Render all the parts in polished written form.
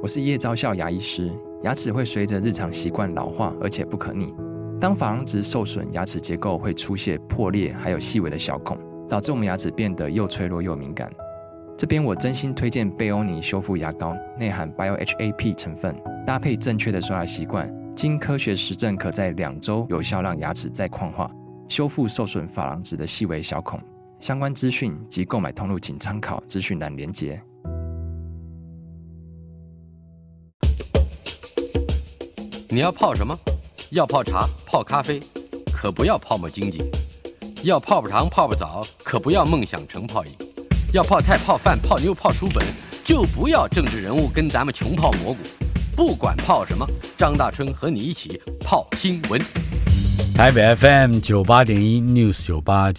我是叶昭孝牙医师。牙齿会随着日常习惯老化，而且不可逆。当珐琅质受损，牙齿结构会出现破裂，还有细微的小孔，导致我们牙齿变得又脆弱又敏感。这边我真心推荐贝欧尼修复牙膏，内含 BioHAP 成分，搭配正确的刷牙习惯，经科学实证可在2周有效让牙齿再矿化，修复受损珐琅质的细微小孔。相关资讯及购买通路请参考资讯栏连结。 你要泡什么？要泡茶、泡咖啡，可不要泡沫经济；要泡泡糖、泡泡澡，可不要梦想成泡影；要泡菜、泡饭、泡妞、泡书本，就不要政治人物跟咱们穷泡蘑菇。不管泡什么，张大春和你一起泡新闻。 台北 FM 98.1 News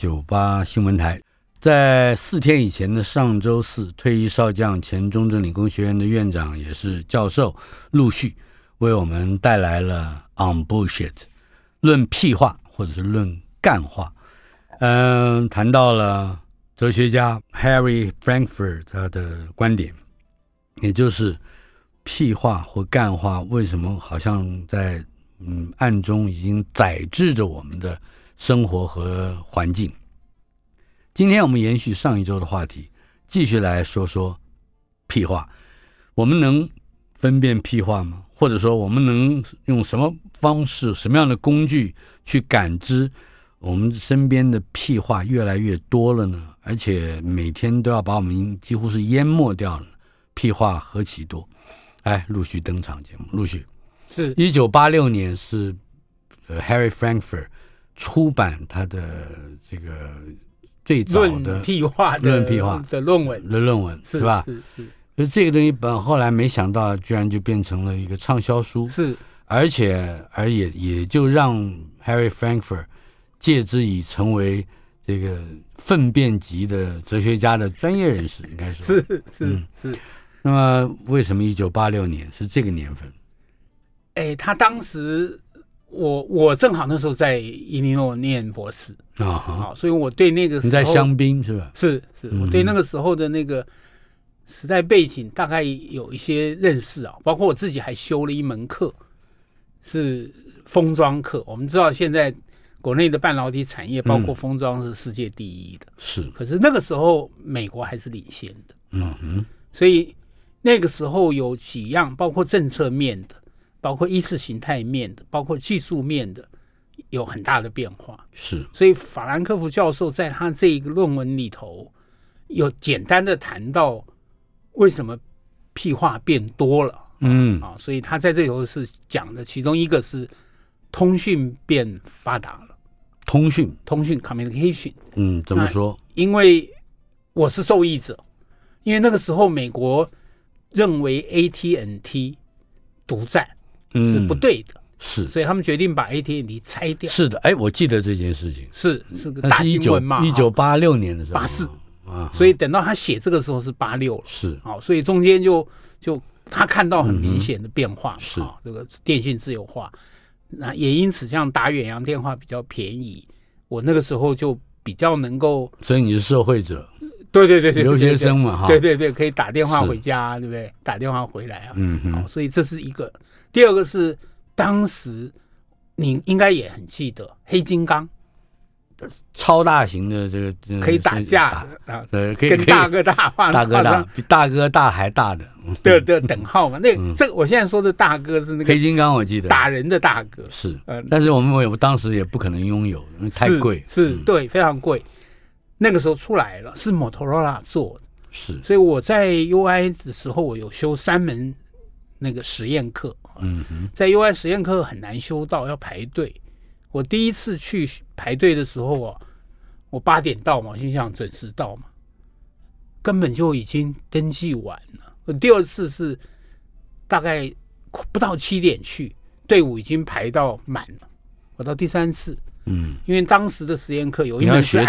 98新闻台，在4天以前的上周四，退役少将、前中正理工学院的院长也是教授陆续为我们带来了 On Bullshit 论屁话或者是论干话。谈到了哲学家 Harry Frankfurt 他的观点，也就是屁话或干话为什么好像在暗中已经宰制着我们的生活和环境。今天我们延续上一周的话题，继续来说说屁话。我们能分辨屁话吗？或者说我们能用什么方式、什么样的工具去感知我们身边的屁话越来越多了呢？而且每天都要把我们几乎是淹没掉了，屁话何其多。陆续登场节目，陆续是 1986年是Harry Frankfurt 出版他的这个最早的论屁话的论文是吧？是这个东西后来没想到居然就变成了一个畅销书， 是， 而也就让 Harry Frankfurt 借之以成为这个粪便级的哲学家的专业人士，应该说是。 那么为什么1986年是这个年份？ 他当时我正好那时候在伊利诺念博士所以我对那个时候你在香槟是吧？ 是我对那个时候的那个时代背景大概有一些认识包括我自己还修了一门课是封装课。我们知道现在国内的半导体产业包括封装是世界第一的， 是， 可是那个时候美国还是领先的，所以那个时候有几样，包括政策面的，包括意识形态面的，包括技术面的，有很大的变化。 是， 所以法兰克福教授在他这一个论文里头，有简单的谈到为什么屁话变多了。所以他在这里头是讲的，其中一个是通讯变发达了。通讯 communication。 怎么说？ 因为我是受益者，因为那个时候美国认为 AT&T 独占是不对的， 是， 所以他们决定把 AT&T 拆掉。 是的，我记得这件事情， 是个大新闻嘛。 1986年的时候 ，84，所以等到他写这个时候是86了， 是， 所以中间就他看到很明显的变化， 是， 这个电信自由化，那也因此像打远洋电话比较便宜，我那个时候就比较能够， 所以你是受惠者。 对， 留学生嘛， 对，可以打电话回家，对不对？打电话回来所以这是一个。第二个是当时你应该也很记得黑金刚， 超大型的这个可以打架的， 跟大哥大比大哥大还大的的等号嘛。这个我现在说的大哥是那个黑金刚，我记得打人的大哥是，但是我们当时也不可能拥有，太贵， 是对，非常贵。那个时候出来了，是 Motorola 做的， 是， 所以我在 UI 的时候，我有修3门那个实验课，在 UI 实验课很难修到，要排队。我第一次去排队的时候我8点到嘛，我心想准时到嘛，根本就已经登记完了。我第二次是大概不到7点去，队伍已经排到满了。我到第3次。因为当时的实验课有一门是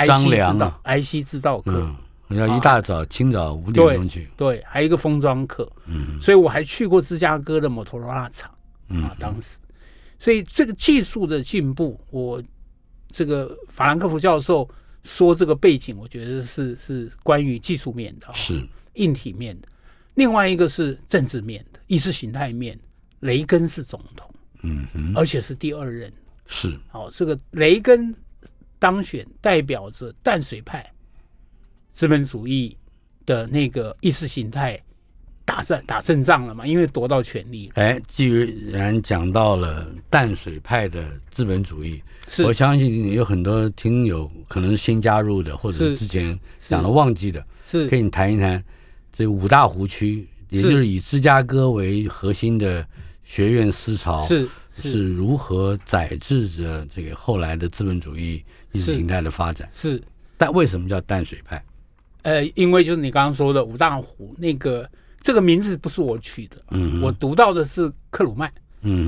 IC 制造课， 要一大早清早5点钟去， 对，还有一个封装课，所以我还去过芝加哥的摩托罗拉厂当时，所以这个技术的进步，我这个法兰克福教授说这个背景，我觉得是关于技术面的， 是硬体面的。另外一个是政治面的， 意识形态面，雷根是总统，而且是第2任。 是， 这个雷根当选代表着淡水派资本主义的那个意识形态打胜仗了嘛，因为夺到权力了。 既然讲到了淡水派的资本主义，我相信有很多听友可能是新加入的，或者是之前讲了忘记的，可以谈一谈这个五大湖区，也就是以芝加哥为核心的学院思潮是如何载制着这个后来的资本主义意识形态的发展。但为什么叫淡水派？ 因为就是你刚刚说的五大湖这个名字不是我取的，我读到的是克鲁曼，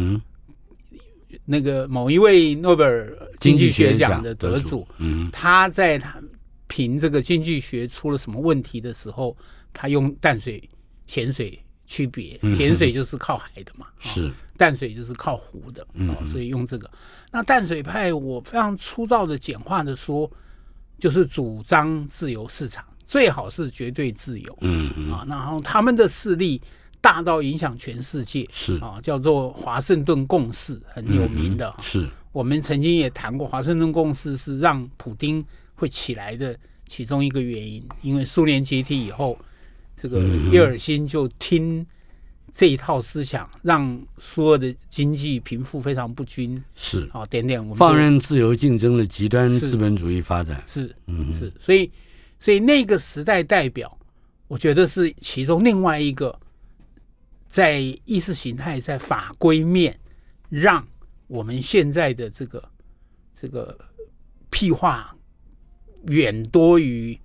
那个某一位诺贝尔经济学奖的得主，他在评这个经济学出了什么问题的时候，他用淡水、咸水区别，咸水就是靠海的嘛，淡水就是靠湖的，所以用这个。那淡水派我非常粗糙的简化的说，就是主张自由市场，最好是绝对自由，然后他们的势力大到影响全世界，叫做华盛顿共识，很有名的。我们曾经也谈过，华盛顿共识是让普丁会起来的其中一个原因，因为苏联解体以后，这个叶尔辛就听这一套思想，让所有的经济贫富非常不均， 放任自由竞争的极端资本主义发展， 所以那个时代代表，我觉得是其中另外一个在意识形态在法规面，让我们现在的这个屁话远多于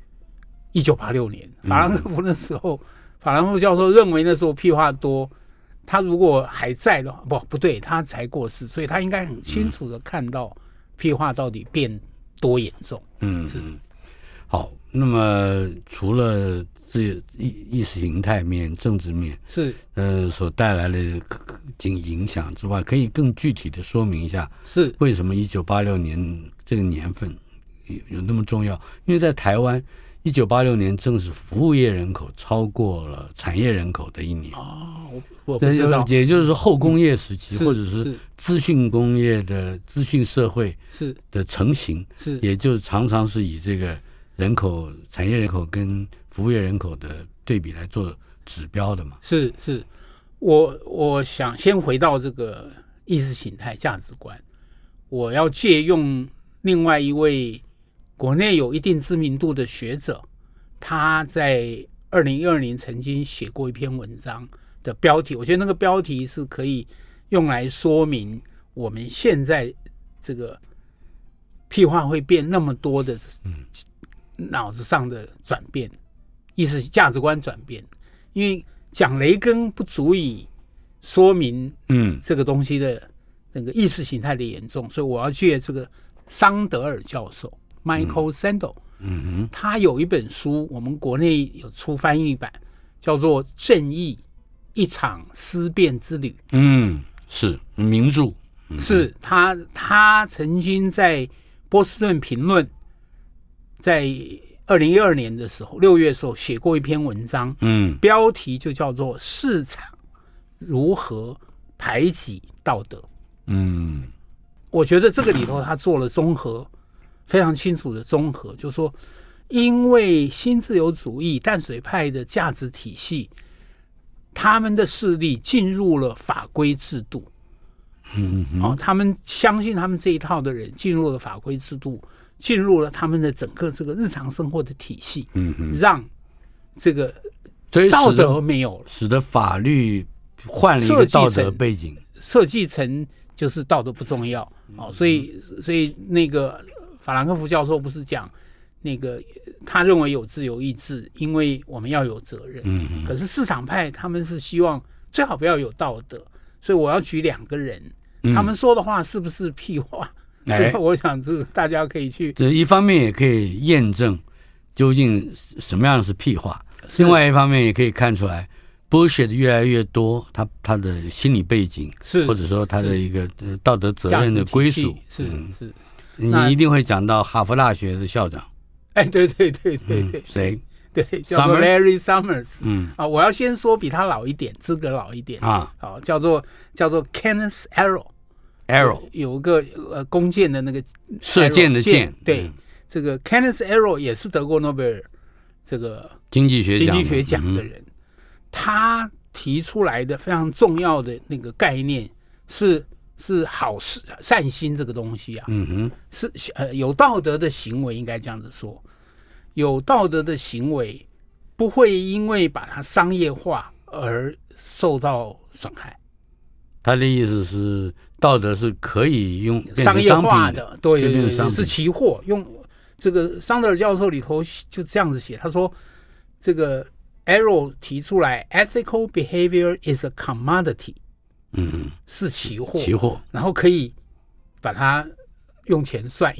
1986年法兰克福的时候。法兰克福教授认为那时候屁话多，他如果还在的话，不对，他才过世，所以他应该很清楚的看到屁话到底变多严重。 好，那么除了意识形态面、政治面所带来的影响之外，可以更具体的说明一下，为什么1986年这个年份有那么重要？因为在台湾。1986年正是服务业人口超过了产业人口的一年。 我不知道， 也就是后工业时期，或者是资讯工业的资讯社会的成型，也就常常是以这个人口、产业人口跟服务业人口的对比来做指标的嘛。 我想先回到这个意识形态价值观，我要借用另外一位国内有一定知名度的学者，他在2012年曾经写过一篇文章的标题，我觉得那个标题是可以用来说明我们现在这个屁话会变那么多的脑子上的转变，意识价值观转变。因为讲雷根不足以说明这个东西的那个意识形态的严重，所以我要借这个桑德尔教授Michael Sandel，他有一本书，我们国内有出翻译版，叫做《正义：一场思辨之旅》。 是名著。 是他曾经在波士顿评论，在2012年的时候6月的时候写过一篇文章，标题就叫做《市场如何排挤道德》。我觉得这个里头他做了综合。非常清楚的综合，就是说，因为新自由主义淡水派的价值体系，他们的势力进入了法规制度，他们相信他们这一套的人进入了法规制度，进入了他们的整个这个日常生活的体系，让这个道德没有了， 使得法律换了一个道德背景， 设计成就是道德不重要，所以那个。法兰克福教授不是讲那个他认为有自由意志，因为我们要有责任。可是市场派他们是希望最好不要有道德，所以我要举2个人，他们说的话是不是屁话？我想这个大家可以去。 这一方面也可以验证究竟什么样是屁话，另外一方面也可以看出来 bullshit 越来越多，他的心理背景或者说他的一个道德责任的归属是。你一定会讲到哈佛大学的校长。 对， 谁？ 对，叫做 Larry Summers。我要先说比他老一点，资格老一点啊，好，叫做 Kenneth Arrow， 有个弓箭的那个射箭的箭， 对，这个 Kenneth Arrow 也是得过诺贝尔这个经济学奖的人，他提出来的非常重要的那个概念是好事善心这个东西啊，是有道德的行为，应该这样子说，有道德的行为不会因为把它商业化而受到损害。 他的意思是，道德是可以用商业化的，对，是期货。用这个桑德尔教授里头就这样子写，他说这个 Arrow 提出来 ，ethical behavior is a commodity， 是期货，然后可以把它用钱算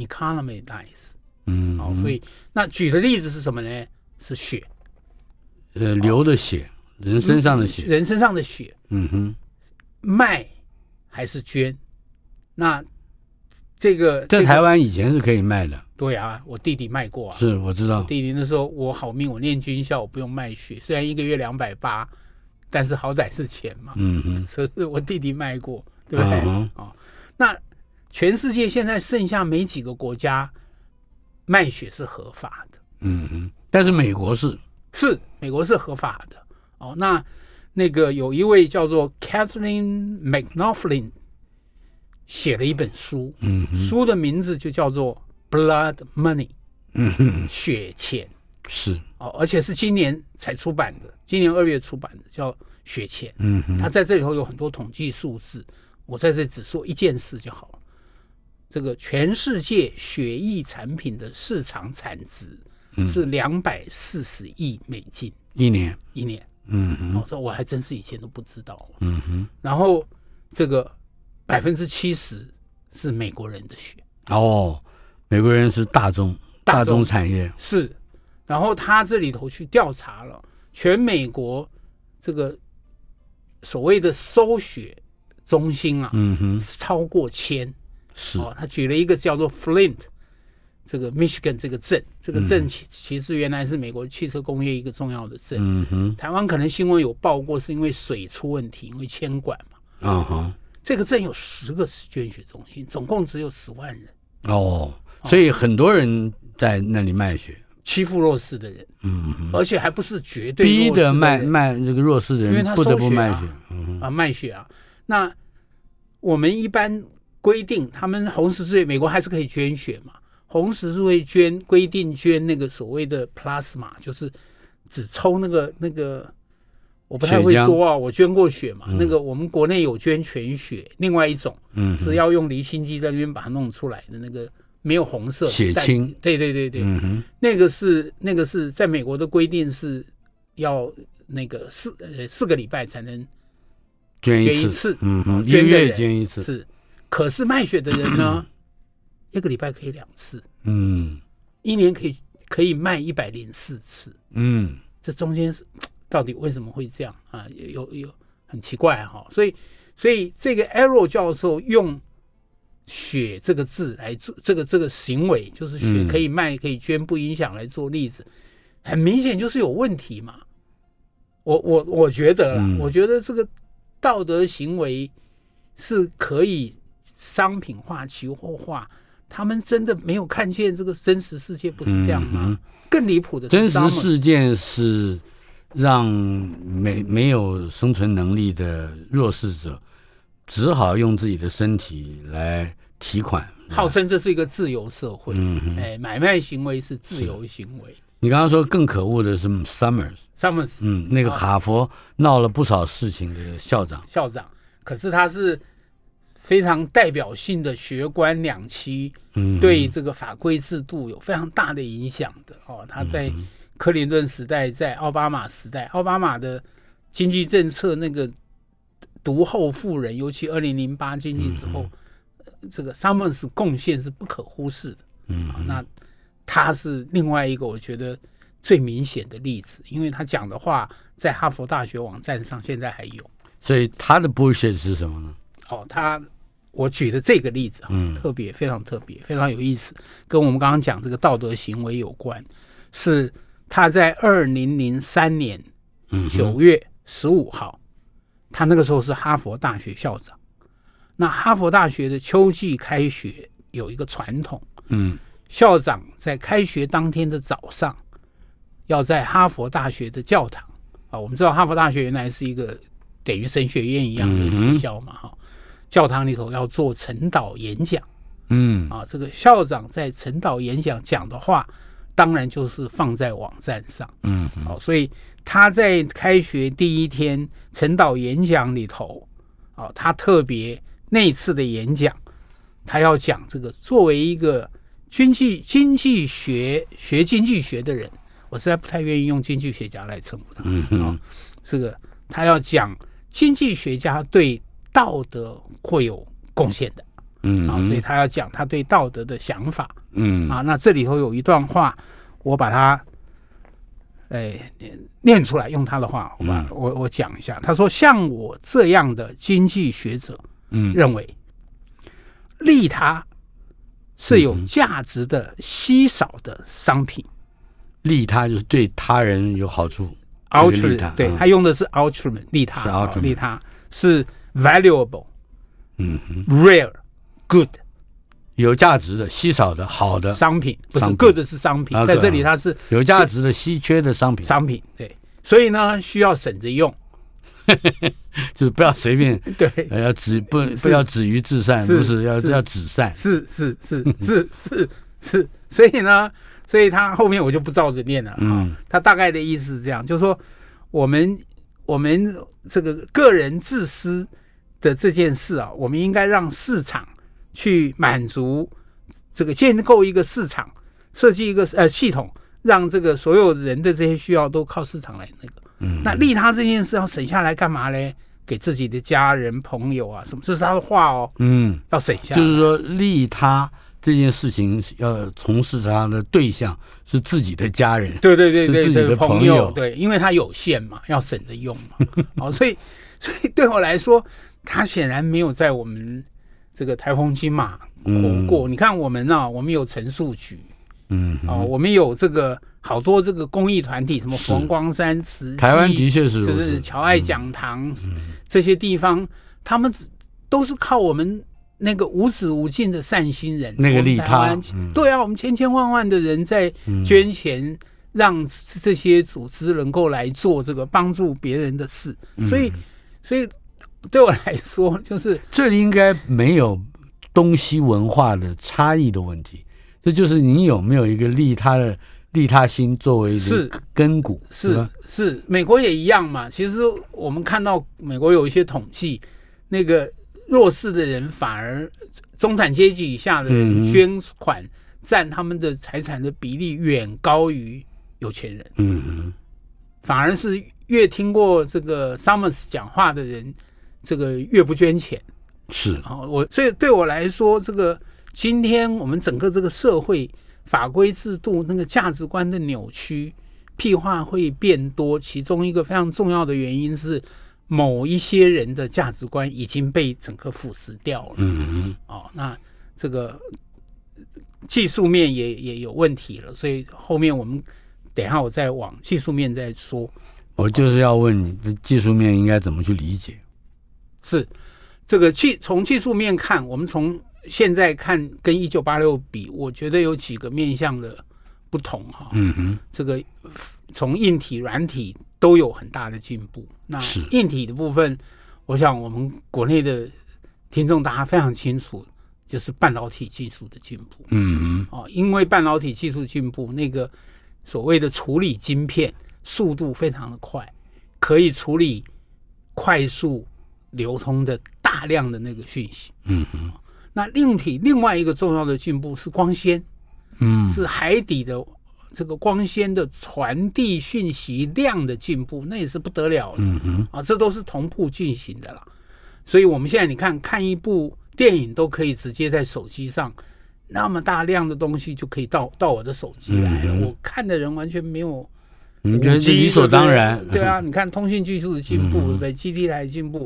economize，所以那举的例子是什么呢？是血， 流的血，人身上的血， 卖还是捐？那这个在台湾以前是可以卖的。 对啊，我弟弟卖过啊。 是，我知道。 我弟弟那时候我好命，我念军校，我不用卖血，虽然一个月280，但是好歹是钱嘛。所以我弟弟卖过，对不对？那全世界现在剩下没几个国家卖血是合法的。 但是美国是美国是合法的。那个有一位叫做 Kathleen McLaughlin 写了一本书，书的名字就叫做 Blood Money， 血钱， 是而且是今年才出版的，今年2月出版的，叫血钱。他在这里头有很多统计数字，我在这只说一件事就好了。这个全世界血液产品的市场产值是240亿美金一年。这我还真是以前都不知道。然后这个70%是美国人的血。 美国人是大宗产业是。然后他这里头去调查了全美国这个所谓的收血中心啊，超过1000。是。他举了一个叫做 Flint。这个 Michigan 这个镇其实原来是美国汽车工业一个重要的镇。台湾可能新闻有报过，是因为水出问题，因为铅管嘛。这个镇有10个捐血中心，总共只有10万人。 所以很多人在那里卖血， 欺负弱势的人。而且还不是绝对弱势的人， 逼的卖这个弱势的人，因为他不得不卖血。 卖血啊。那我们一般规定，他们红十字会，美国还是可以捐血嘛。红十字会规定捐那个所谓的 plasma， 就是只抽那个，我不太会说啊，我捐过血嘛。那个我们国内有捐全血，另外一种是要用离心机在那边把它弄出来的那个没有红色血清， 对，那个是在美国的规定是要那个4个礼拜才能捐一次， 捐的人捐一次是，可是卖血的人呢？1个礼拜可以2次，一年可以卖104次，这中间到底为什么会这样啊？有很奇怪哈，所以这个 Arrow 教授用血这个字来做这个行为，就是血可以卖可以捐不影响来做例子，很明显就是有问题嘛。我觉得啦，我觉得这个道德行为是可以商品化、期货化。他们真的没有看见这个真实世界不是这样吗？更离谱的是真实事件是让没有生存能力的弱势者只好用自己的身体来提款， 号称这是一个自由社会。买卖行为是自由行为。 你刚刚说更可恶的是 Summers， 那个哈佛闹了不少事情的校长， 可是他是非常代表性的学官2期，对这个法规制度有非常大的影响的。他在克林顿时代，在奥巴马时代，奥巴马的经济政策那个独厚富人，尤其2008经济之后，这个 Summers 贡献是不可忽视的。那他是另外一个我觉得最明显的例子，因为他讲的话在哈佛大学网站上现在还有。 所以他的 bullshit 是什么呢？ 我举的这个例子特别非常特别，非常有意思，跟我们刚刚讲这个道德行为有关。是他在2003年9月15号，他那个时候是哈佛大学校长。那哈佛大学的秋季开学有一个传统，校长在开学当天的早上，要在哈佛大学的教堂啊，我们知道哈佛大学原来是一个等于神学院一样的学校嘛，教堂里头要做晨祷演讲，这个校长在晨祷演讲讲的话，当然就是放在网站上，所以他在开学第一天晨祷演讲里头，他特别那次的演讲，他要讲这个作为一个经济学的人，我实在不太愿意用经济学家来称呼他，这个他要讲经济学家对道德会有贡献的，所以他要讲他对道德的想法，那这里头有一段话，我把它念出来，用他的话，我讲一下。他说：“像我这样的经济学者，认为利他是有价值的稀少的商品。 利他就是对他人有好处。 altruism， 对，他用的是 altruism， 利他，利他是 valuable， rare， good， 有价值的、稀少的、好的商品，不是 good 是商品，在这里它是有价值的、稀缺的商品。 对，所以呢，需要省着用。” 就是不要随便， 对， 不要止于至善，不是要止善， 是，所以呢，所以他后面我就不照着念了，他大概的意思是这样，就是说我们这个个人自私的这件事啊，我们应该让市场去满足这个建构一个市场，设计一个系统，让这个所有人的这些需要都靠市场来那个。那利他这件事要省下来干嘛呢？给自己的家人朋友啊什么，这是他的话哦。要省下来， 就是说利他这件事情要从事他的对象是自己的家人， 对， 是自己的朋友， 对，因为他有限嘛，要省着用嘛。所以对我来说，他显然没有在我们这个台风金马活过。你看我们我们有陈述局，我们有这个好多这个公益团体，什么佛光山慈济， 台湾的确是如此， 就是侨爱讲堂，这些地方，他们都是靠我们那个无止无尽的善心人， 那个利他， 对啊，我们千千万万的人在捐钱，让这些组织能够来做这个帮助别人的事，所以对我来说，就是这里应该没有东西文化的差异的问题，这就是你有没有一个利他心作为的根骨， 是美国也一样嘛。其实我们看到美国有一些统计，那个弱势的人反而中产阶级以下的人捐款占他们的财产的比例远高于有钱人。反而是越听过这个 Summers 讲话的人，这个越不捐钱。 是所以对我来说，这个今天我们整个这个社会法规制度那个价值观的扭曲屁话会变多，其中一个非常重要的原因是某一些人的价值观已经被整个腐蚀掉了。那这个技术面也有问题了，所以后面我们等一下我再往技术面再说。 我就是要问你，这技术面应该怎么去理解？ 是这个从技术面看，我们从现在看跟1986比，我觉得有几个面向的不同这个从硬体软体都有很大的进步。那硬体的部分，我想我们国内的听众大家非常清楚，就是半导体技术的进步。因为半导体技术进步，那个所谓的处理晶片速度非常的快，可以处理快速流通的大量的那个讯息。那硬体另外一个重要的进步是光纤，是海底的这个光纤的传递讯息量的进步，那也是不得了的。这都是同步进行的啦。所以我们现在你看一部电影都可以直接在手机上，那么大量的东西就可以到我的手机来了。我看的人完全没有， 你觉得是理所当然？ 对啊，你看通讯技术的进步，对不对？基地台的进步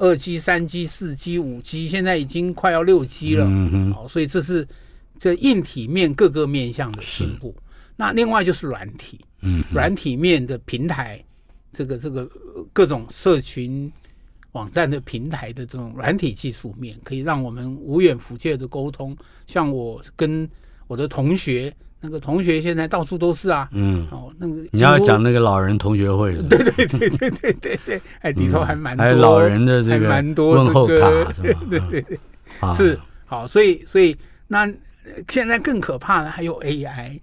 ，2G、3G、4G、5G， 现在已经快要6G 了。所以这硬体面各个面向的进步。那另外就是软体， 软体面的平台，这个各种社群网站的平台的这种软体技术面，可以让我们无远弗届的沟通。像我跟我的同学，那个同学现在到处都是啊，那个你要讲那个老人同学会， 对，里头还蛮多， 还有老人的这个问候卡，是吧？ 对，是好，所以那现在更可怕的还有 AI，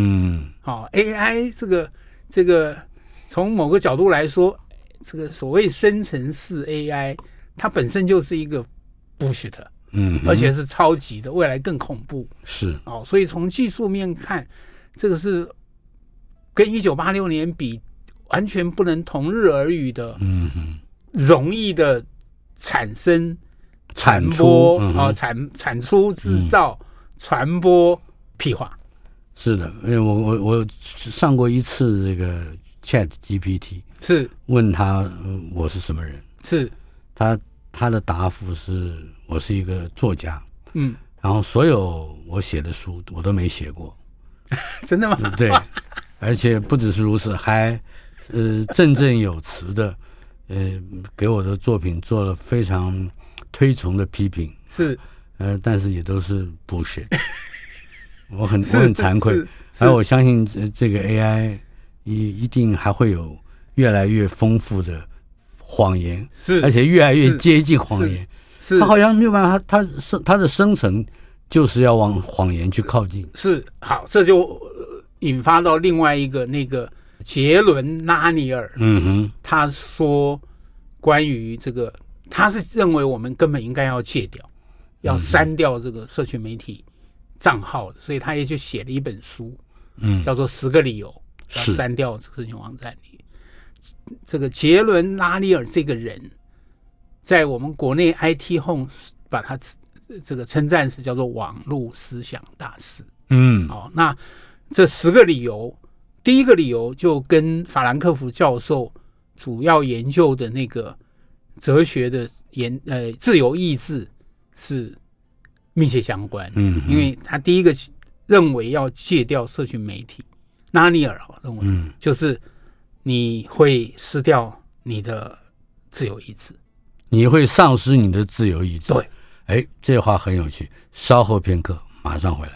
AI 这个从某个角度来说，这个所谓生成式 AI， 它本身就是一个 bullshit， 而且是超级的，未来更恐怖。 是所以从技术面看，这个是跟1986年比，完全不能同日而语的，容易的产生、传播产出、制造、传播、屁话。 是的，因为我上过一次这个 Chat GPT， 是问他我是什么人， 是他的答复是我是一个作家，然后所有我写的书我都没写过。 真的吗？ 对，而且不只是如此，还振振有词的给我的作品做了非常推崇的批评， 是但是也都是 bullshit。我很惭愧，而我相信这个 AI 一定还会有越来越丰富的谎言，而且越来越接近谎言。是它好像没有办法，它的生成就是要往谎言去靠近。 是好，这就引发到另外一个那个杰伦拉尼尔，他说关于这个，他是认为我们根本应该要戒掉，要删掉这个社群媒体账号的，所以他也就写了一本书，叫做《10个理由要删掉社群网站里》。这个杰伦拉尼尔这个人，在我们国内 IT Home 把他这个称赞是叫做网络思想大师。那这10个理由，第一个理由就跟法兰克福教授主要研究的那个哲学的自由意志是密切相关。因为他第一个认为要戒掉社群媒体，拉尼尔认为就是你会失掉你的自由意志， 你会丧失你的自由意志。 对， 这话很有趣，稍后片刻马上回来。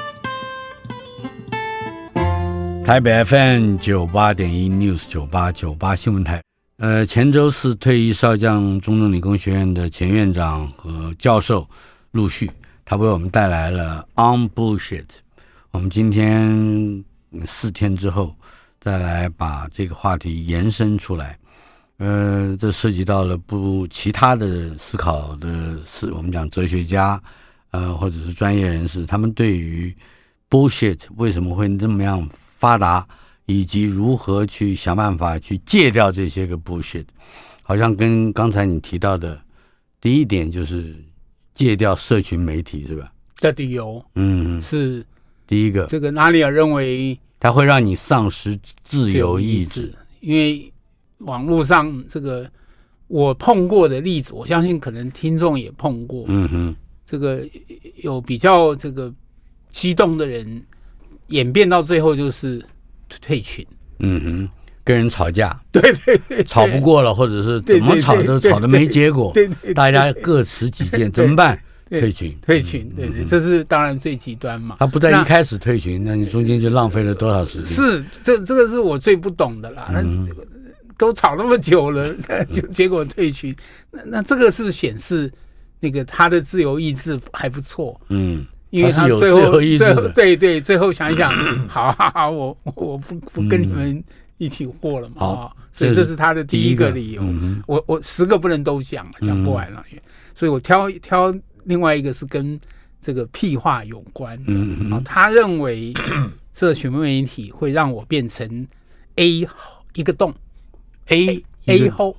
台北 FM 98.1 News 98新闻台。前周四退役少将中正理工学院的前院长和教授陆续，他为我们带来了 On Bullshit。我们今天4天之后再来把这个话题延伸出来。这涉及到了其他的思考的我们讲哲学家，或者是专业人士，他们对于 bullshit 为什么会这么样发达，以及如何去想办法去戒掉这些个 bullshit， 好像跟刚才你提到的第一点就是戒掉社群媒体，是吧？ 的理由，是第一个。 这个拉尼尔认为它会让你丧失自由意志， 因为网络上这个我碰过的例子，我相信可能听众也碰过。这个有比较这个激动的人，演变到最后就是退群。 跟人吵架， 对， 吵不过了，或者是怎么吵都吵得没结果，大家各持己见，怎么办？退群，对， 这是当然最极端嘛。 他不在一开始退群，那你中间就浪费了多少时间？ 是，这个是我最不懂的啦。都吵那么久了，就结果退群，那这个是显示那个他的自由意志还不错。因为他最后对，最后想一想，好，我不跟你们一起过了嘛。所以这是他的第一个理由。我10个不能都讲不完了，所以我挑另外一个是跟这个屁话有关的。他认为社群媒体会让我变成 A 一个洞 ，A hole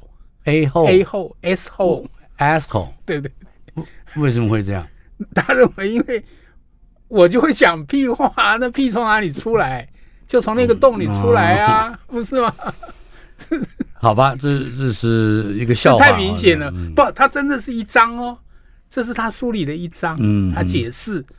S hole， 对， 为什么会这样？ 他认为因为我就会讲屁话，那屁从哪里出来？就从那个洞里出来啊，不是吗？ 好吧，这是一个笑话， 太明显了。不，它真的是一章哦，这是他书里的一章。他解释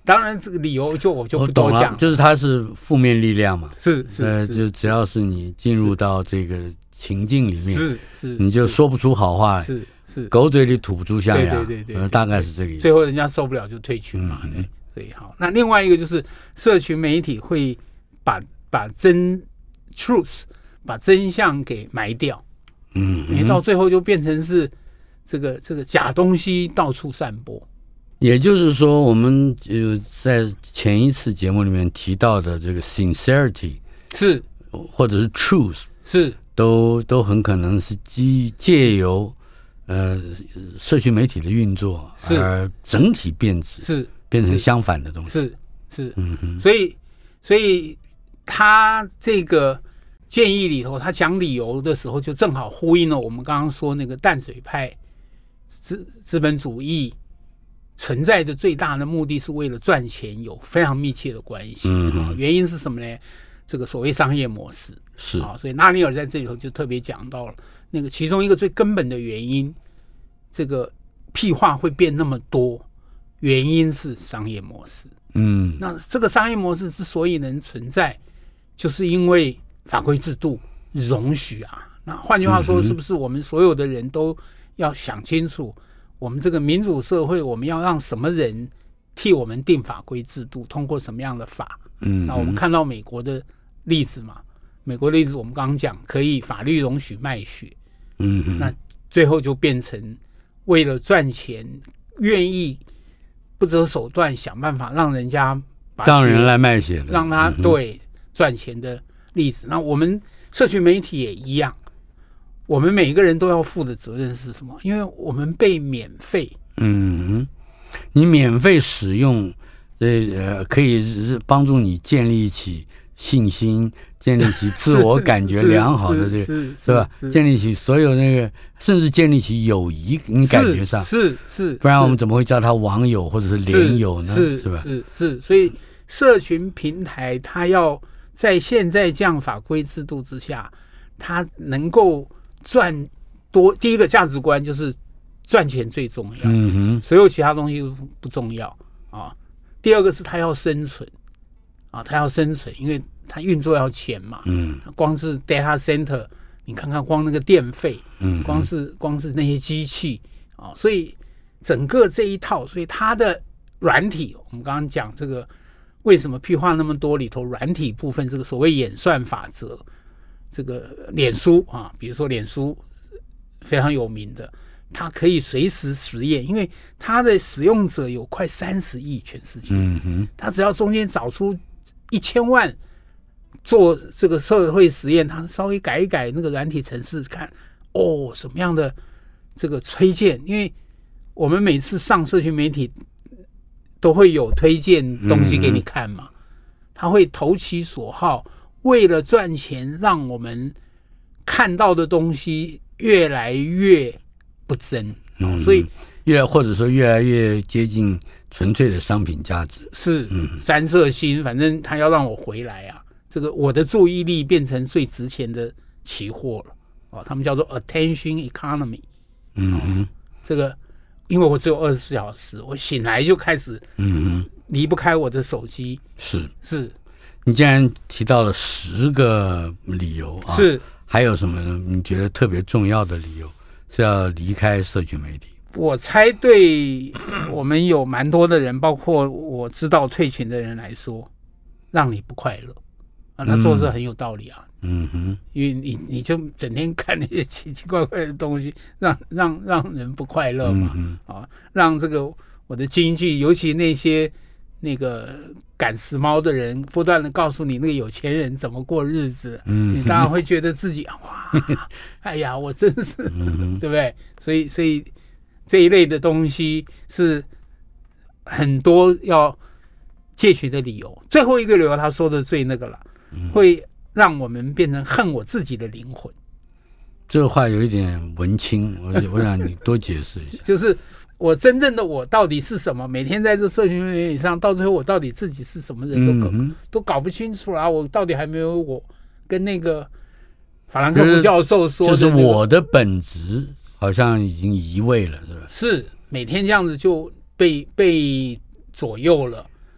当然这个理由我就不多讲， 就是它是负面力量嘛， 是就只要是你进入到这个情境里面， 是你就说不出好话， 是狗嘴里吐不出象牙， 对， 大概是这个意思。 最后人家受不了就退群嘛，对，好。那另外一个就是社群媒体会把真 truth 把真相给埋掉，因为到最后就变成是这个假东西到处散播。 也就是说，我们在前一次节目里面提到的这个 sincerity 是， 或者是 truth 是， 都很可能是借由社群媒体的运作而整体变质， 是变成相反的东西。 是，所以他这个建议里头，他讲理由的时候，就正好呼应了我们刚刚说那个淡水派资本主义存在的最大的目的是为了赚钱，有非常密切的关系。原因是什么呢？这个所谓商业模式是啊，所以纳尼尔在这里头就特别讲到了那个其中一个最根本的原因，这个屁话会变那么多，原因是商业模式。那这个商业模式之所以能存在，就是因为法规制度容许啊。那换句话说，是不是我们所有的人都要想清楚？我们这个民主社会，我们要让什么人替我们定法规制度，通过什么样的法？那我们看到美国的例子嘛，美国的例子我们刚刚讲，可以法律容许卖血，那最后就变成为了赚钱，愿意不择手段想办法让人家让人来卖血的， 让他对赚钱的例子。那我们社群媒体也一样。我们每一个人都要负的责任是什么？因为我们被免费， 你免费使用，可以帮助你建立起信心，建立起自我感觉良好的这个，是吧？建立起所有那个，甚至建立起友谊，你感觉上是， 不然我们怎么会叫他网友或者是连友呢？是吧？ 是，所以社群平台它要在现在这样法规制度之下，它能够赚多，第一个价值观就是赚钱最重要，所有其他东西不重要啊。第二个是他要生存啊，他要生存，因为他运作要钱嘛，光是 data center， 你看看光那个电费，光是那些机器啊，所以整个这一套，所以它的软体，我们刚刚讲这个为什么屁话那么多里头，软体部分这个所谓演算法则。这个脸书啊，比如说脸书非常有名的，它可以随时实验，因为它的使用者有快30亿全世界，它只要中间找出1000万做这个社会实验，它稍微改一改那个软体程式，看什么样的这个推荐，因为我们每次上社群媒体都会有推荐东西给你看嘛，它会投其所好。为了赚钱，让我们看到的东西越来越不真，所以或者说越来越接近纯粹的商品价值。 是三色星，反正他要让我回来啊，这个我的注意力变成最值钱的期货了他们叫做 attention economy。这个因为我只有24小时，我醒来就开始离不开我的手机。是。 你既然提到了10个理由啊， 是还有什么你觉得特别重要的理由是要离开社群媒体？ 我猜对我们有蛮多的人，包括我知道退群的人来说，让你不快乐啊，他说的是很有道理啊。因为你就整天看那些奇奇怪怪的东西，让人不快乐嘛，让这个我的经济，尤其那些那个赶时髦的人不断的告诉你那个有钱人怎么过日子，你当然会觉得自己哇，哎呀，我真是，对不对？所以这一类的东西是很多要戒取的理由。最后一个理由他说的最那个了，会让我们变成恨我自己的灵魂。 这个话有一点文青，我想你多解释一下。 就是我真正的我到底是什么？每天在这社群媒体上，到最后我到底自己是什么人都搞不清楚啦。我到底还没有我跟那个法兰克福教授说的、 就是我的本质好像已经移位了，是吧？ 是每天这样子就被左右了。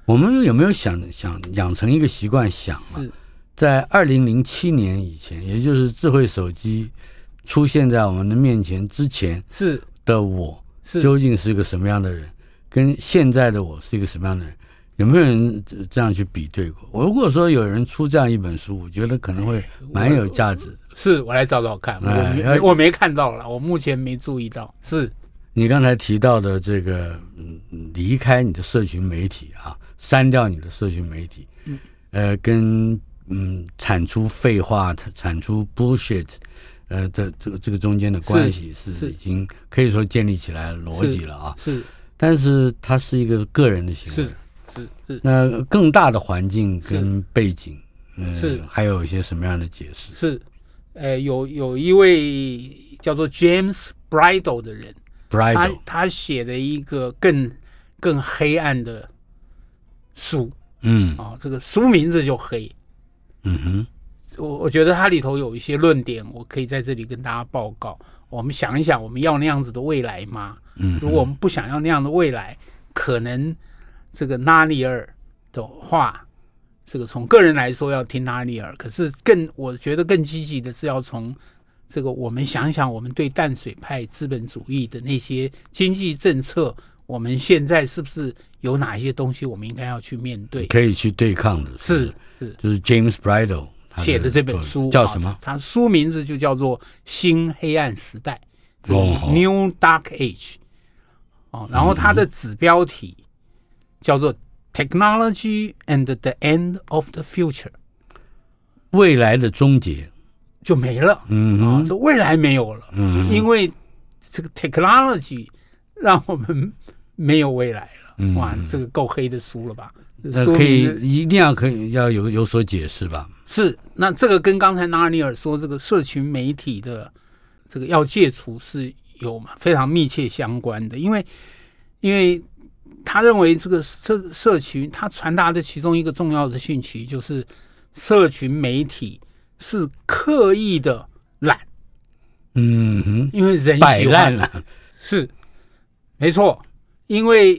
我们有没有想养成一个习惯，想啊，在2007年以前，也就是智慧手机出现在我们的面前之前， 是的我究竟是一个什么样的人，跟现在的我是一个什么样的人？有没有人这样去比对过？我如果说有人出这样一本书，我觉得可能会蛮有价值的。 是我来找找看，我没看到了，我目前没注意到。是你刚才提到的这个，离开你的社群媒体啊，删掉你的社群媒体，跟产出废话、产出 bullshit，这个中间的关系是已经可以说建立起来逻辑了啊。 是，但是它是一个个人的行为。是。那更大的环境跟背景，是还有一些什么样的解释？ 是，有一位叫做 James Bridle 的人，他写的一个更黑暗的书，这个书名字就黑，我觉得它里头有一些论点，我可以在这里跟大家报告。我们想一想，我们要那样子的未来吗？如果我们不想要那样的未来，可能这个纳尼尔的话，这个从个人来说要听纳尼尔，可是我觉得更积极的是要从这个我们想想，我们对淡水派资本主义的那些经济政策，我们现在是不是有哪一些东西我们应该要去面对， 可以去对抗的？是，就是 James Bridle 写的这本书叫什么？ 他书名字就叫做《新黑暗时代》，New Dark Age。然后他的子标题叫做 Technology and the End of the Future， 未来的终结就没了，这未来没有了，因为这个 technology 让我们没有未来了，哇，这个够黑的书了吧？ 一定要有所解释吧？ 是，那这个跟刚才纳尼尔说这个社群媒体的这个要戒除是有非常密切相关的，因为他认为这个社群他传达的其中一个重要的讯息就是社群媒体是刻意的懒，因为人喜欢摆烂了， 是没错，因为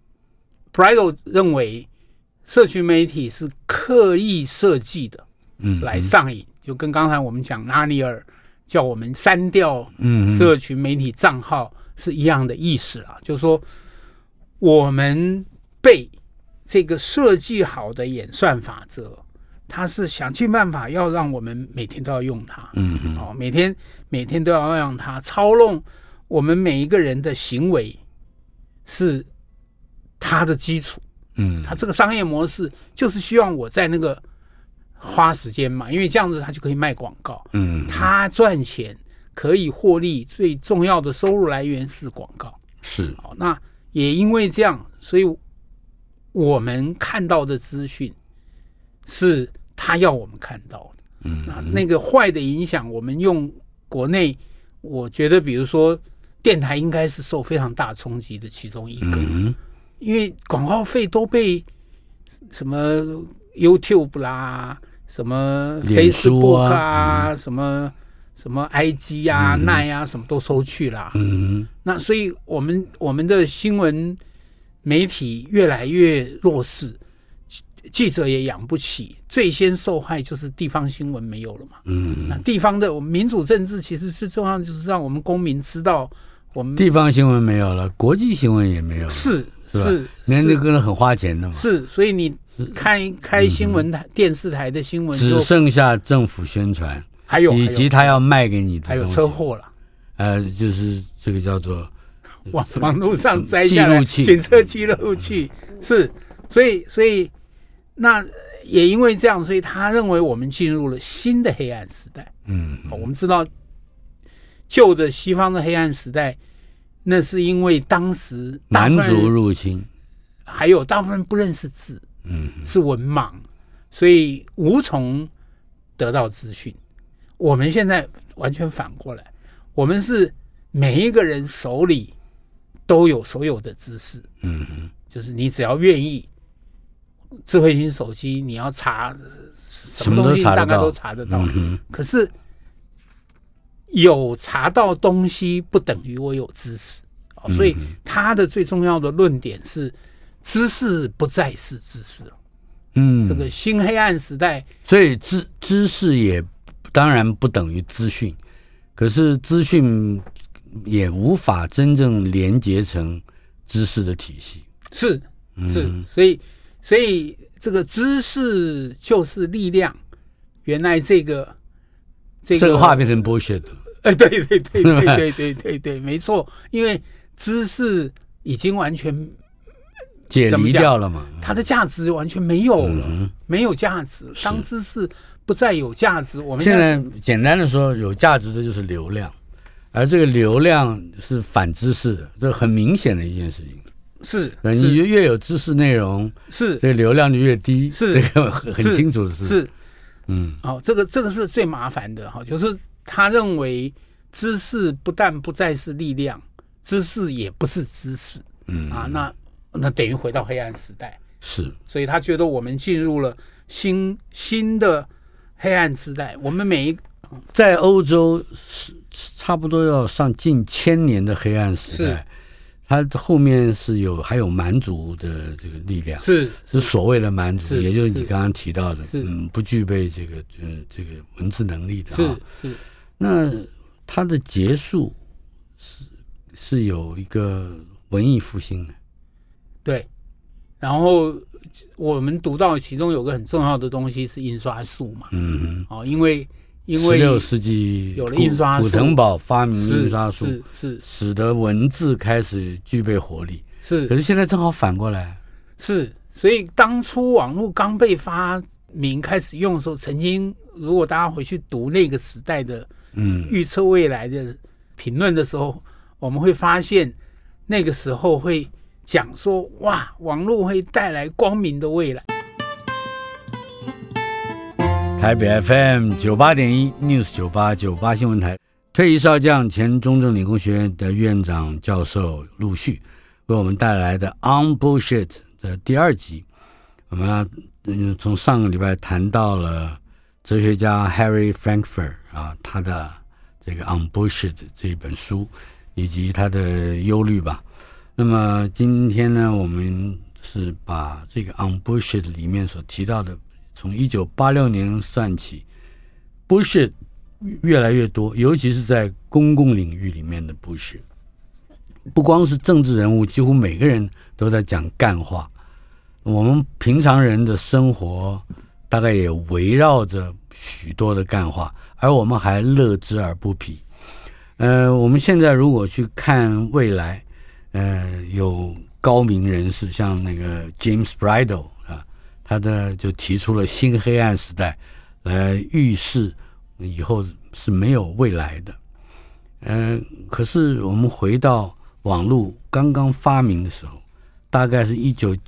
Bridle 认为社群媒体是刻意设计的，来上瘾，就跟刚才我们讲纳尼尔叫我们删掉社群媒体账号是一样的意思啦，就是说我们被这个设计好的演算法则，它是想尽办法要让我们每天都要用它，每天都要让它操弄我们每一个人的行为，是它的基础。它这个商业模式就是希望我在那个花时间嘛，因为这样子它就可以卖广告，它赚钱可以获利，最重要的收入来源是广告。 是， 那也因为这样，所以我们看到的资讯是他要我们看到的。那个坏的影响，我们用国内，我觉得比如说电台应该是受非常大冲击的其中一个，因为广告费都被什么 YouTube 啦、什么 Facebook 啊、什么 IG 啊、奈啊，什么都收去啦。那所以我们的新闻媒体越来越弱势，记者也养不起，最先受害就是地方新闻没有了嘛。那地方的我们民主政治其实最重要的就是让我们公民知道，我们地方新闻没有了，国际新闻也没有了，是，那个很花钱的嘛。 是，所以你开新闻台、电视台的新闻只剩下政府宣传，以及他要卖给你的东西， 还有车祸了。 就是这个叫做网络上摘下来检测记录器，是，所以那也因为这样，所以他认为我们进入了新的黑暗时代。我们知道旧的西方的黑暗时代，那是因为当时蛮族入侵， 还有大部分不认识字，是文盲，所以无从得到资讯。我们现在完全反过来，我们是每一个人手里都有所有的知识，就是你只要愿意，智慧型手机你要查什么东西大概都查得到，可是有查到东西不等于我有知识，所以他的最重要的论点是知识不再是知识了。这个新黑暗时代， 所以知识也当然不等于资讯，可是资讯也无法真正连接成知识的体系。 是，所以这个知识就是力量。原来这个话变成 bullshit 了。 对，没错，因为知识已经完全解离掉了嘛， 它的价值完全没有了，没有价值。当知识不再有价值，我们现在简单的说，有价值的就是流量，而这个流量是反知识的，这很明显的一件事情。 是， 你越有知识内容， 是这个流量就越低， 是这个很清楚的事。 是，这个是最麻烦的哈，就是他认为知识不但不再是力量，知识也不是知识，那等于回到黑暗时代。 是， 所以他觉得我们进入了新的黑暗时代。我们每一个在欧洲是差不多要上近1000年的黑暗时代，它后面还有蛮族的这个力量，是所谓的蛮族，也就是你刚刚提到的，不具备这个文字能力的， 是。 那它的结束是有一个文艺复兴的，对。 然后我们读到其中有个很重要的东西是印刷术嘛，因为 16世纪有了印刷术， 古腾堡发明印刷术， 是使得文字开始具备活力。可是现在正好反过来， 所以当初网络刚被发明开始用的时候，曾经如果大家回去读那个时代的预测未来的评论的时候，我们会发现那个时候会讲说，哇，网络会带来光明的未来。 台北 FM 98.1 News 98新闻台，退役少将前中正理工学院的院长教授陆续为我们带来的 On Bullshit 的第2集。我们从上个礼拜谈到了哲学家 Harry Frankfurt 他的这个 On Bullshit 这一本书以及他的忧虑吧。那么今天呢，我们是把这个 On Bullshit 里面所提到的，从1986年算起 Bullshit 越来越多，尤其是在公共领域里面的 Bullshit， 不光是政治人物，几乎每个人都在讲干话。我们平常人的生活大概也围绕着许多的干话，而我们还乐之而不疲。我们现在如果去看未来，有高明人士，像那个 James Bridle 他就提出了新黑暗时代，来预示以后是没有未来的。可是我们回到网络刚刚发明的时候，大概是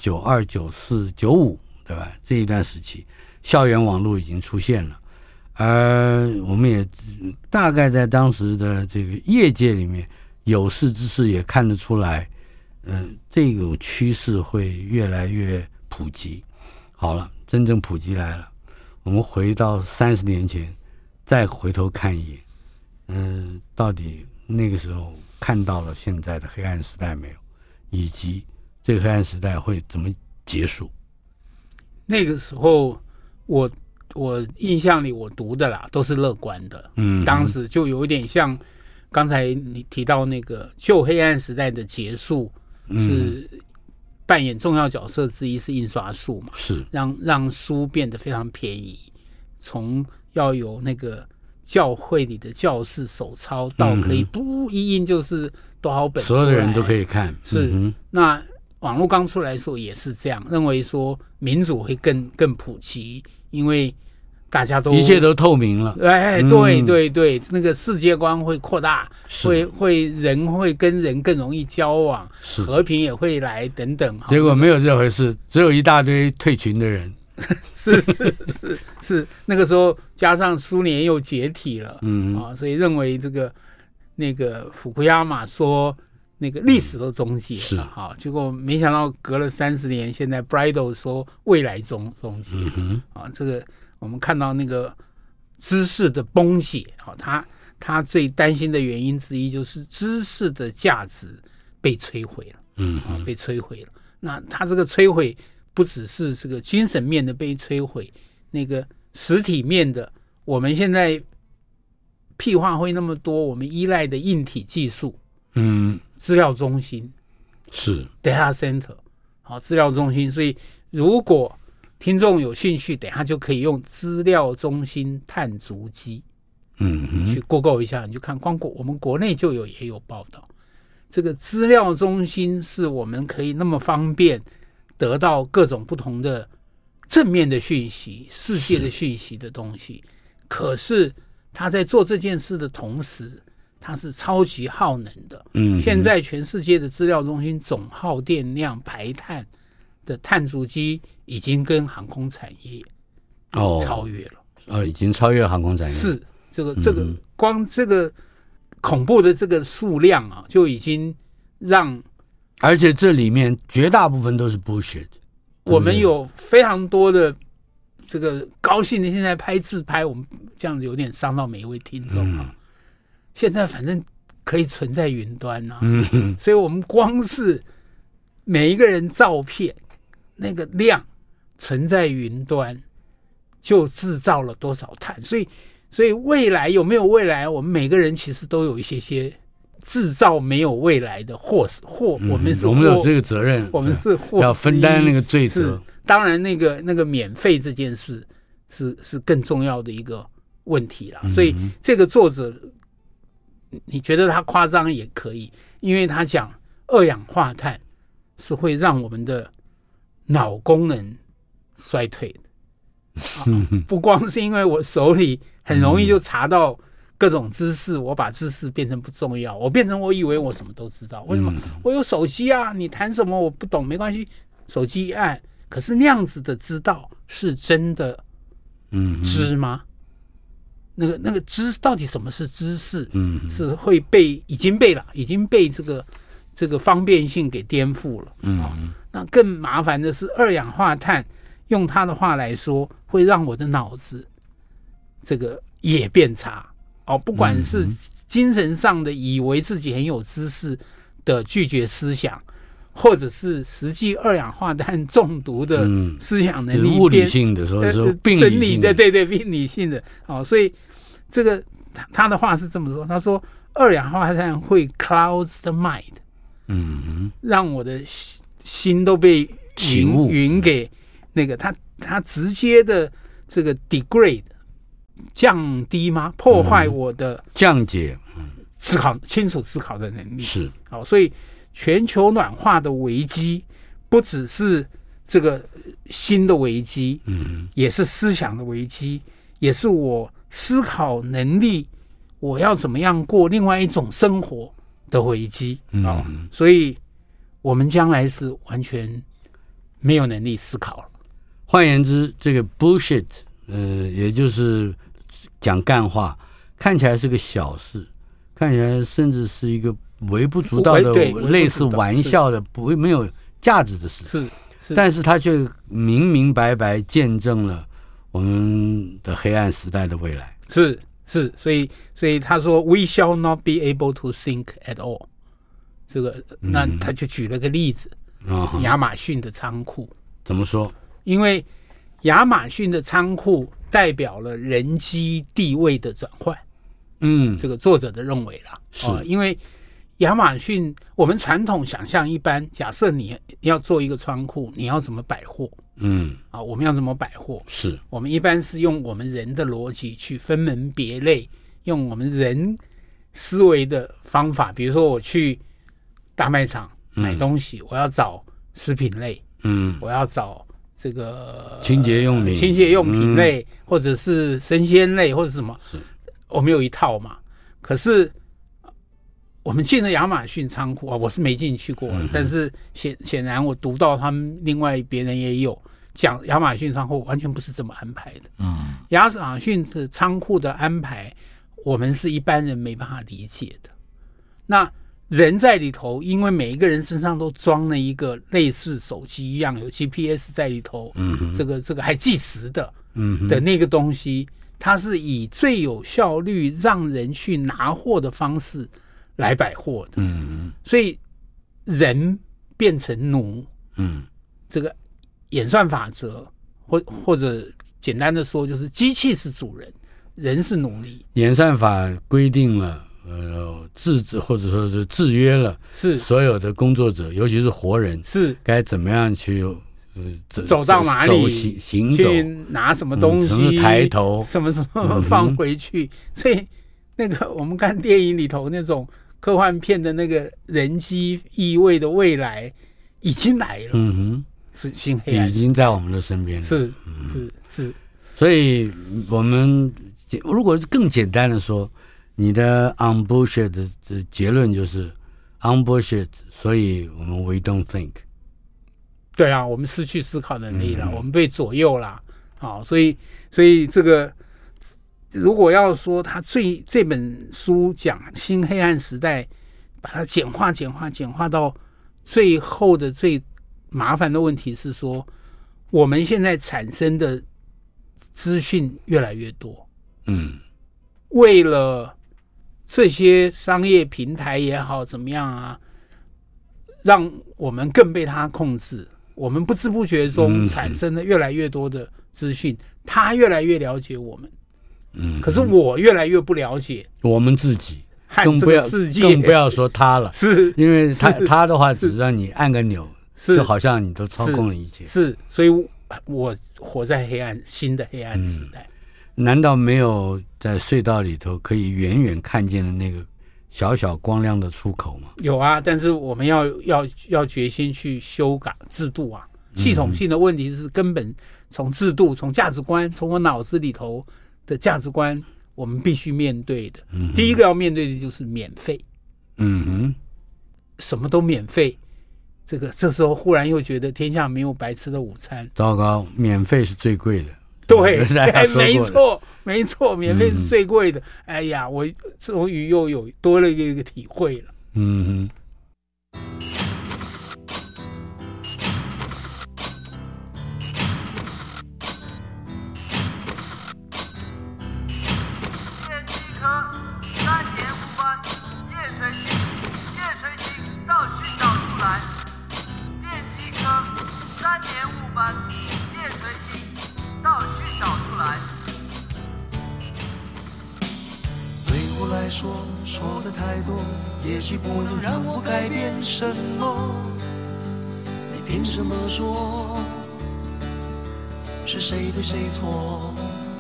1992、94、95，对吧？这一段时期，校园网络已经出现了，而我们也大概在当时的这个业界里面，有识之士也看得出来，这种趋势会越来越普及。好了，真正普及来了，我们回到30年前，再回头看一眼，到底那个时候看到了现在的黑暗时代没有，以及这个黑暗时代会怎么结束？ 那个时候我印象里我读的啦都是乐观的，当时就有一点像刚才你提到那个旧黑暗时代的结束，是扮演重要角色之一是印刷术嘛， 是让书变得非常便宜，从要有那个教会里的教士手抄到可以一印就是多少本， 所有的人都可以看。 那网络刚出来的时候也是这样，认为说民主会更普及，因为大家都一切都透明了。 对，那个世界观会扩大，人会跟人更容易交往，和平也会来等等。 结果没有这回事，只有一大堆退群的人。 是，那个时候加上苏联又解体了，所以认为那个福库亚马说那个历史都终结了，结果没想到隔了30年，现在 Bridle 说未来终结，这个我们看到那个知识的崩解，他最担心的原因之一就是知识的价值被摧毁了，被摧毁了。 那它这个摧毁不只是这个精神面的被摧毁，那个实体面的，我们现在屁话会那么多，我们依赖的硬体技术，资料中心是 data center， 好，资料中心。所以如果听众有兴趣，等一下就可以用资料中心碳足迹，去 Google 一下，你就看，光我们国内也有报道，这个资料中心是我们可以那么方便得到各种不同的正面的讯息、世界的讯息的东西，可是他在做这件事的同时，它是超级耗能的。现在全世界的资料中心总耗电量、排碳的碳足迹已经跟航空产业超越了。 已经超越了航空产业。 是这个光这个恐怖的这个数量啊，就已经让， 而且这里面绝大部分都是 bullshit。 我们有非常多的这个高兴的，现在拍自拍，我们这样子有点伤到每一位听众啊。现在反正可以存在云端啊，所以我们光是每一个人照片那个量存在云端，就制造了多少碳。所以未来有没有未来，我们每个人其实都有一些制造没有未来的祸，我们有这个责任， 我们是祸要分担那个罪责。 当然，那个免费这件事是更重要的一个问题啦。所以这个作者，你觉得他夸张也可以，因为他讲二氧化碳是会让我们的脑功能衰退的。不光是因为我手里很容易就查到各种知识，我把知识变成不重要，我变成我以为我什么都知道。为什么？我有手机啊，你谈什么我不懂没关系，手机一按。可是那样子的知道是真的知吗？那个知到底什么是知识？是会已经被这个方便性给颠覆了。那更麻烦的是二氧化碳，用他的话来说，会让我的脑子这个也变差。不管是精神上的以为自己很有知识的拒绝思想，或者是实际二氧化碳中毒的思想能力， 物理性的说是病理性的， 对病理性的。所以这个他的话是这么说，他说二氧化碳会 clouds the mind，让我的心都被云给那个他直接的这个 degrade 降低吗？破坏我的降解清楚思考的能力。 是所以全球暖化的危机不只是这个新的危机，也是思想的危机，也是我思考能力，我要怎么样过另外一种生活的危机。所以我们将来是完全没有能力思考了。 换言之，这个 bullshit，也就是讲干话，看起来是个小事，看起来甚至是一个微不足道的类似玩笑的没有价值的事，但是它却明明白白见证了我们的黑暗时代的未来。 是，所以他说 We shall not be able to think at all。 这个那他就举了个例子，亚马逊的仓库。 怎么说？ 因为亚马逊的仓库代表了人机地位的转换。这个作者的认为啦，因为亚马逊，我们传统想象一般，假设你要做一个仓库，你要怎么摆货？我们要怎么摆货？ 是我们一般是用我们人的逻辑去分门别类，用我们人思维的方法。比如说我去大卖场买东西，我要找食品类，我要找这个清洁用品类，或者是生鲜类，或者什么，我们有一套嘛。可是我们进了亚马逊仓库我是没进去过，但是显然我读到他们另外别人也有讲亚马逊仓库完全不是这么安排的。亚马逊的仓库的安排，我们是一般人没办法理解的。那人在里头，因为每一个人身上都装了一个类似手机一样有 GPS 在里头，这个还计时的那个东西，它是以最有效率让人去拿货的方式来摆货的。所以人变成奴， 这个演算法则，或者简单的说，就是机器是主人，人是奴隶。 演算法规定了，制止或者说是制约了， 是所有的工作者，尤其是活人， 是该怎么样去走到哪里， 行走， 去拿什么东西， 抬头， 什么放回去。所以那个我们看电影里头那种科幻片的那个人机意味的未来已经来了，是新黑暗时代， 已经在我们的身边了。 是， 所以我们如果更简单的说，你的 unbullshit 的结论就是 unbullshit， 所以我们 we don't think。 对啊，我们失去思考能力了，我们被左右了。好，所以这个如果要说他这本书讲新黑暗时代，把它简化到最后的最麻烦的问题是说，我们现在产生的资讯越来越多，为了这些商业平台也好怎么样啊，让我们更被它控制，我们不知不觉中产生了越来越多的资讯，它越来越了解我们，可是我越来越不了解我们自己， 和这个世界， 更不要说它了， 是因为它的话只让你按个钮，就好像你都操控了一切。 是，所以我活在新的黑暗时代。 难道没有在隧道里头可以远远看见的那个小小光亮的出口吗？ 有啊，但是我们要决心去修改制度啊。系统性的问题是根本从制度、从价值观、从我脑子里头的价值观，我们必须面对的。第一个要面对的就是免费。什么都免费，这时候忽然又觉得天下没有白吃的午餐。 糟糕，免费是最贵的。 对，没错，免费是最贵的。哎呀，我终于又有多了一个体会了。 说的太多，也许不能让我改变什么。你凭什么说是谁对谁错？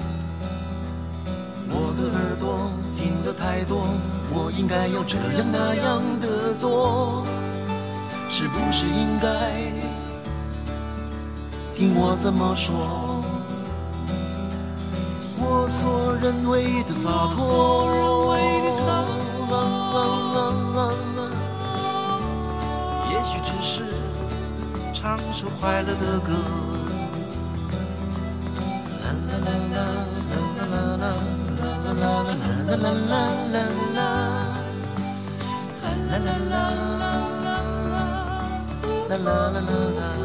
我的耳朵听得太多，我应该要这样那样的做，是不是应该听我怎么说？我所认为的洒脱，也许只是唱首快乐的歌。啦啦啦啦啦啦啦啦啦啦啦啦啦啦啦啦啦啦。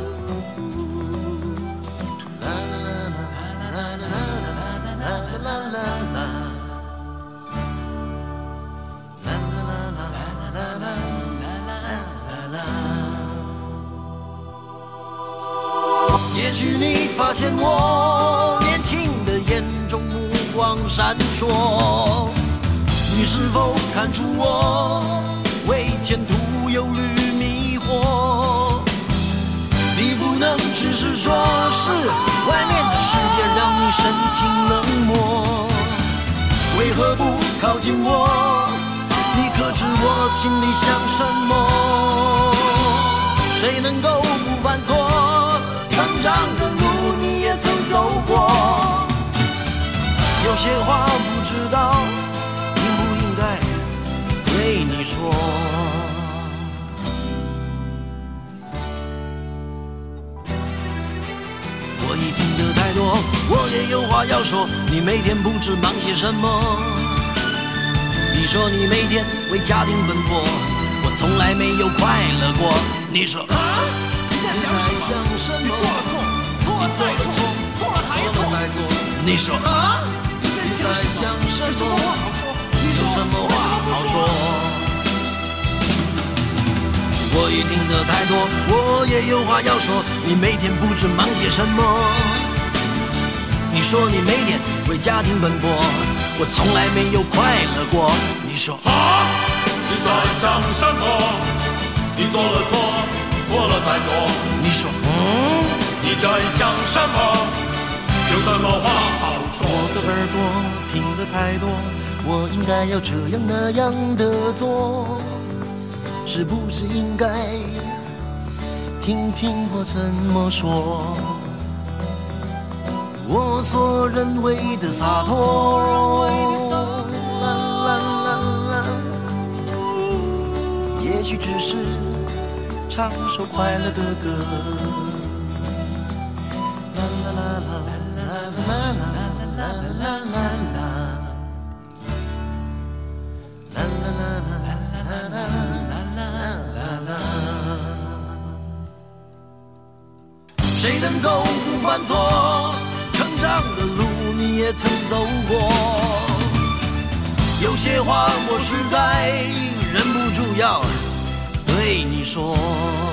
也许你发现我年轻的眼中目光闪烁，你是否看出我为前途忧虑迷惑？你不能只是说是外面的世界让你深情冷漠，为何不靠近我？你可知我心里想什么？谁能够不犯错？成长的路你也曾走过，有些话不知道应不应该对你说。我已听得太多，我也有话要说，你每天不知忙些什么。你说你每天为家庭奔波，我从来没有快乐过。你说啊，你在想什么？你做了错，错了再错，错了还错。你说啊，你在想什么？有什么话好说？ 我也听得太多，我也有话要说。你每天不知忙些什么？你说你每天为家庭奔波，我从来没有快乐过。你说啊，你在想什么？你做了错，错了再做。 你说你在想什么？有什么话好说？ 我的耳朵听得太多，我应该要这样那样的做，是不是应该听听我怎么说？我所认为的洒脱，也许只是唱首快乐的歌。啦啦啦啦啦啦啦啦啦啦。谁能够不犯错？成长的路你也曾走过，有些话我实在忍不住要对你说。